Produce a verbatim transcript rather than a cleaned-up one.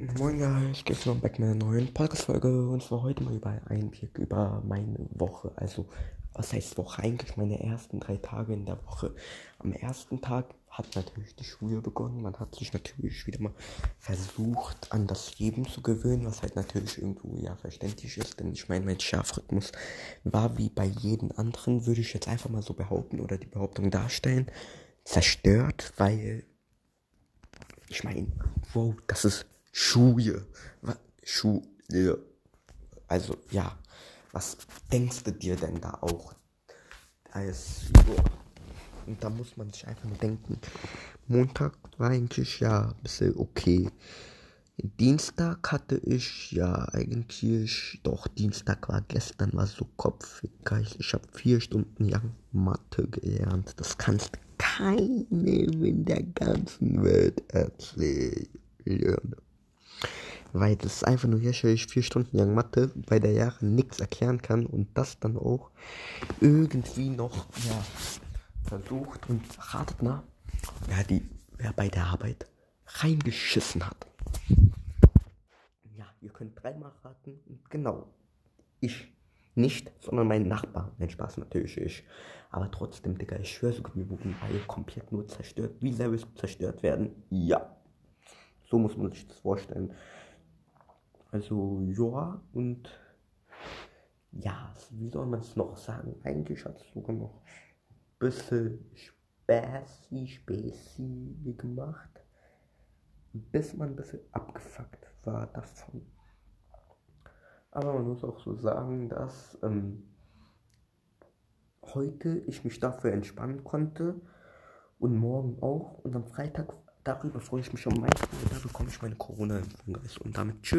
Moin Guys, geht's noch back mit einer neuen Podcast-Folge und zwar heute mal über einen Blick über meine Woche. Also, was heißt Woche? Eigentlich meine ersten drei Tage in der Woche. Am ersten Tag hat natürlich die Schule begonnen. Man hat sich natürlich wieder mal versucht, an das Leben zu gewöhnen, was halt natürlich irgendwo ja verständlich ist, denn ich meine, mein Schlafrhythmus war wie bei jedem anderen, würde ich jetzt einfach mal so behaupten oder die Behauptung darstellen, zerstört, weil ich meine, wow, das ist Schule. Was? Schule. Also, ja. Was denkst du dir denn da auch? Als, boah. Und da muss man sich einfach nur denken. Montag war eigentlich ja ein bisschen okay. Dienstag hatte ich ja eigentlich, doch Dienstag war gestern, war so kopfig. Ich habe vier Stunden lang Mathe gelernt. Das kannst keinem in der ganzen Welt erzählen. Weil das ist einfach nur herrscherisch vier Stunden lang Mathe, weil der Jahre nichts erklären kann und das dann auch irgendwie noch, ja, versucht und ratet mal, wer die, wer bei der Arbeit reingeschissen hat. Ja, ihr könnt dreimal raten. Genau. Ich. Nicht, sondern mein Nachbar. Nein, Spaß, natürlich ich. Aber trotzdem, Digga, ich schwöre sogar, wir wurden alle komplett nur zerstört. Wie sehr wir zerstört werden? Ja. So muss man sich das vorstellen. Also, ja, und ja, wie soll man es noch sagen? Eigentlich hat es sogar noch ein bisschen Späßi, Späßi gemacht. Bis man ein bisschen abgefuckt war davon. Aber man muss auch so sagen, dass ähm, heute ich mich dafür entspannen konnte und morgen auch. Und am Freitag, darüber freue ich mich am meisten. Und da bekomme ich meine Corona-Impfung. Und damit tschüss.